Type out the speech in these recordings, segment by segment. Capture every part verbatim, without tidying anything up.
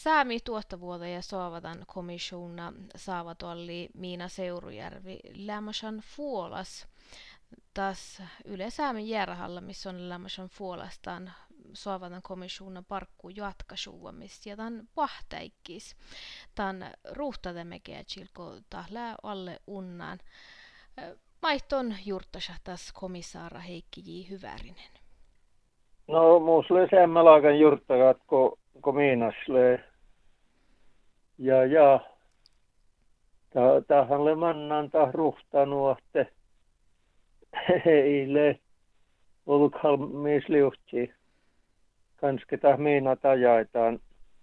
Säämi tuottavuutta ja soavadan komissiona saavat oli Miina Seurujärvi lämmösen fuolas. Taas Yle Säämin järhalla, missä on lämmösen fuolastaan soavadan komissiona parkku jatkasuuamista ja tämän pahtaikkis. Tämän ruuhtademekeä chilko tahlää alle unnaan. Maihton juurtasa taas komissaara Heikki J. Hyvärinen. No muusle säämmälaakan juurtakat ko, ko miinasle. Ja ja. Tähän le mannan tah ruhtanuotte. Eile. Olukal miisliuhti. Kanske tah miina tajaitaan.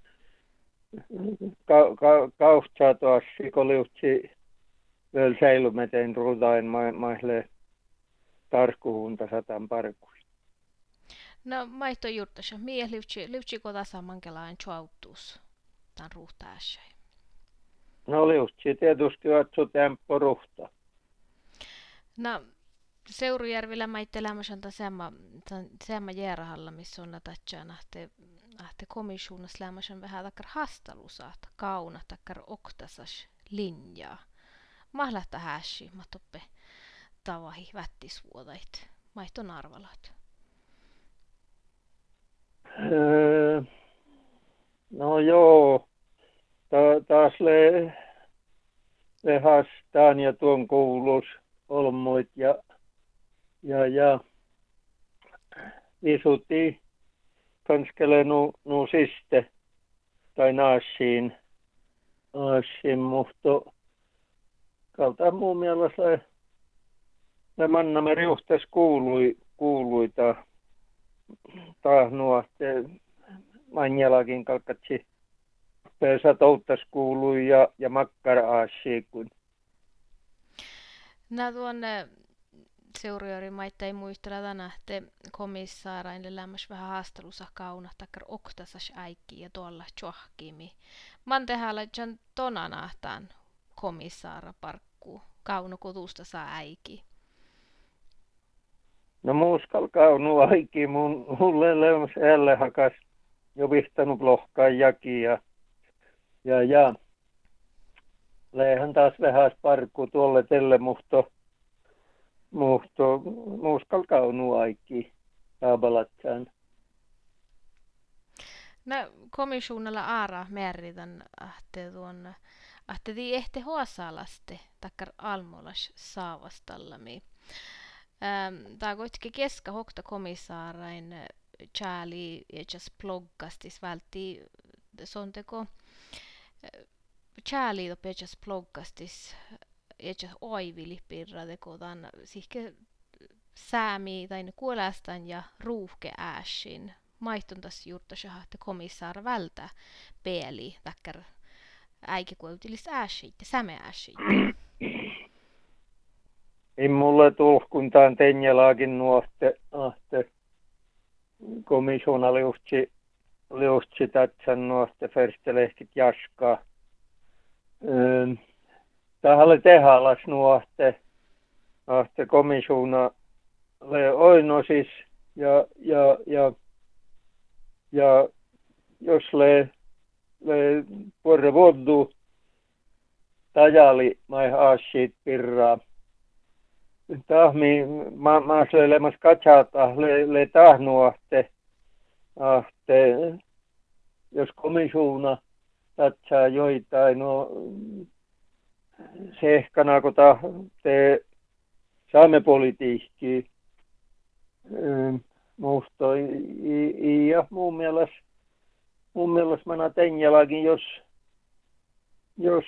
Ka, ka, kauhtsaa tuossa, kun liuhti vielä säilymeteen ruutain maille tarkkuhunta satan parkuun. No maihto juurtasa. Mie liuhti, liuhtiko tasa mankelainen tjuautuus tämän ruuhtaässä? No liuhti tietysti vatsu temppo ruhta. No Seurujärvillä maitte lämmösen samma järhalla, missä on tatsaan ahte, ahte komissionas lämmösen vähän takkar hastalusaat, kauna takkar oktasas linjaa. Mahlahta hässi, matoppe tavahi vättisvuodait. Maihton arvalat. Öö, no joo, Ta- taas le, le hastaan ja tuon kuulus olmoit ja ja ja visutti kanskele nu, nu siste tai naasiin naasiin muhto kalta muun mielestä le, le mannamme riuhtes kuului kuului ta ta nuotte manjalakin kalkatsi pesä touttas kuului ja ja makkara aasi kun Nää tuon Seurujärvi maitta ei muistella tänä, että komissaarain lämmäs vähän haastelussa kauna takkar oktasas äikki ja tuolla tjohkimi. Man tehällä jan tonanahtaan komissaara parkkuu kaunu kutusta saa äiki. No muuskal kaunu aiki mun mulle leums elle hakas jo vihtanut lohkaan jaki ja ja ja leihän taas vähäs parkku tuolle telle muhto muhto muuskal kaunu aiki taabalatsaan. No komissionalla aara määritän ahte tuon ahte tii ehte huosalaste takkar almolas saavastallami. Ähm, Tää kuitenkin keska hokta komissaarain Charlie etsäs bloggastis vältti sonteko Charlie to etsäs bloggastis etsäs oivili pirra teko tämän sihke säämi tai kuolastan ja ruuhke ääsin. Maihton tässä juurtasa että komissaara vältä peeli takkar äikä kuutilis ääsit ja säme ääsit. Ei mulle tulkuntaan tenjalaakin nuotte ahte komissiona liuhtsi liuhtsi tatsan nuotte ferstelehkit jaskaa. Öö, Tähän tehalas nuotte ahte komissiona le oinosis ja ja ja ja jos le le porre voddu tajali mai aassit pirraa. Tahmi ma ma lemas katsata le le tahnuahte ahte jos komissiona tatsaa joitain no se ehkana kun ta te saamepolitiikki musta ja mun mielestä mun mielestä mä tenjalakin jos jos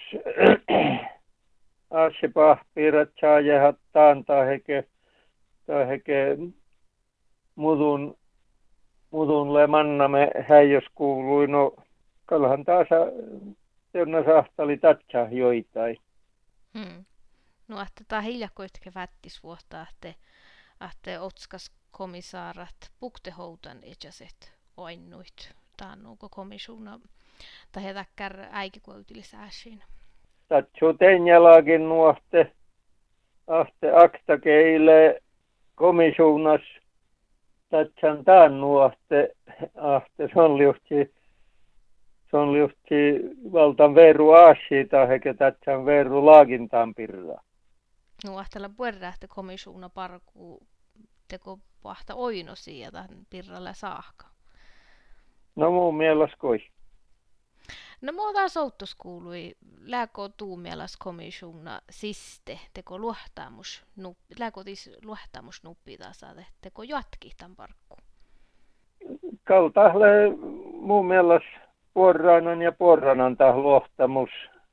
asse pahpirat saa jäädä tai heke tai heke mudun mudun le mannamme häijos kuului no kalhan taas Jonna sahtali tatsaa joitain. Hmm. No että tää hiljakkoistakin vättis vuotta, että että otskas komissaarat puktehoutan etsäset oinnuit. Tää on nuuko komissiona tai hetäkkär äikikuutilisääsiin. Tatsu tenjalaakin nuohte ahte aktakeille komissionas tatsan taan nuohte ahte se on liuhti se on just valtan veru aasiita, eikä tätsän veru laagintaan pirraa. No ahtella puerrähtä komisuuna parkuu teko pahta oino sieltä pirralle saakka. No mun mielestä koi. No muuta souttus kuului, lääkö tuu mielas komisuuna siste, teko luohtamus, nuppi, lääkö tis luohtamus nuppi taas, teko jatki tämän parkkuun? Kaltahle mun mielestä porranan ja porranan tah luohtamus.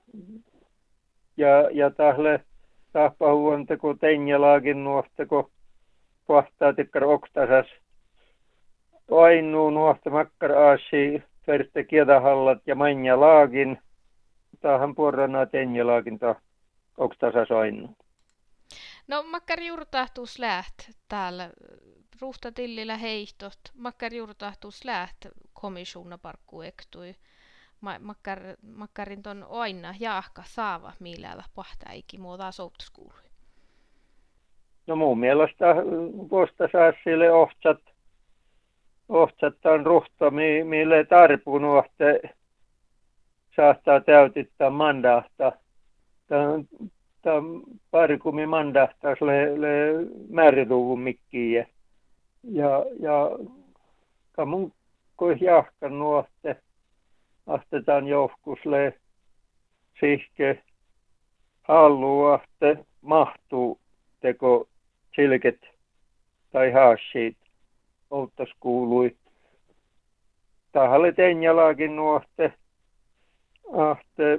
Ja, ja tahle tahpahuon teko tenjalaakin nuohteko pahtaa tikkar oktasas. Ainu nuohta makkar aasi. Färste kiedahallat ja manja laagin. Tähän porrana tenjalaakin ta oktasas ainu. No makkar juurtahtuus läht täällä ruhtatillillä heihtot. Makkar juurtahtuus läht komisuuna parkku ektui. Makkar, makkarin ton aina jaahka saava milläällä pahtäikin muuta soutuskuului. No mun mielestä vuosta saa sille ohtsat. Ohtsattaan ruhta, mille tarpunut, että saattaa täytittää mandahta. Tämä parikumi mandahtaas le, le määrituvun mikkiä. Ja, ja kamun kuin jahkan nuotte, astetaan johkusle sihke halua, että mahtuu teko silket tai haasiit. Outtas kuului. Tahalle tenjalaakin nuohte. Ahte.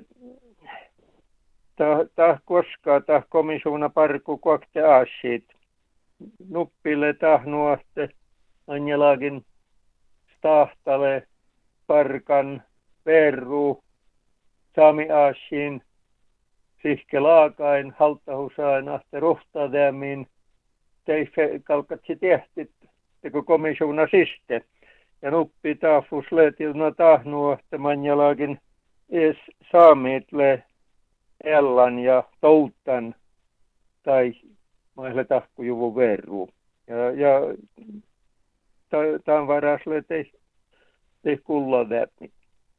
Tah koskaan tah komisuuna parku kuokte aasiit. Nuppille tah nuohte. Anjalaakin stahtale parkan verru. Saami aasiin. Sihke laakain halttahusain ahte ruhtadämin. Teife kalkatsi tehtit. Teko komisuuna siste. Ja nuppi taafus leetilna tahnuu, että manjalaakin ees saamiitle ellan ja touttan tai maille tahkujuvun verru. Ja, ja tämän varasle tei, tei kulla läpi.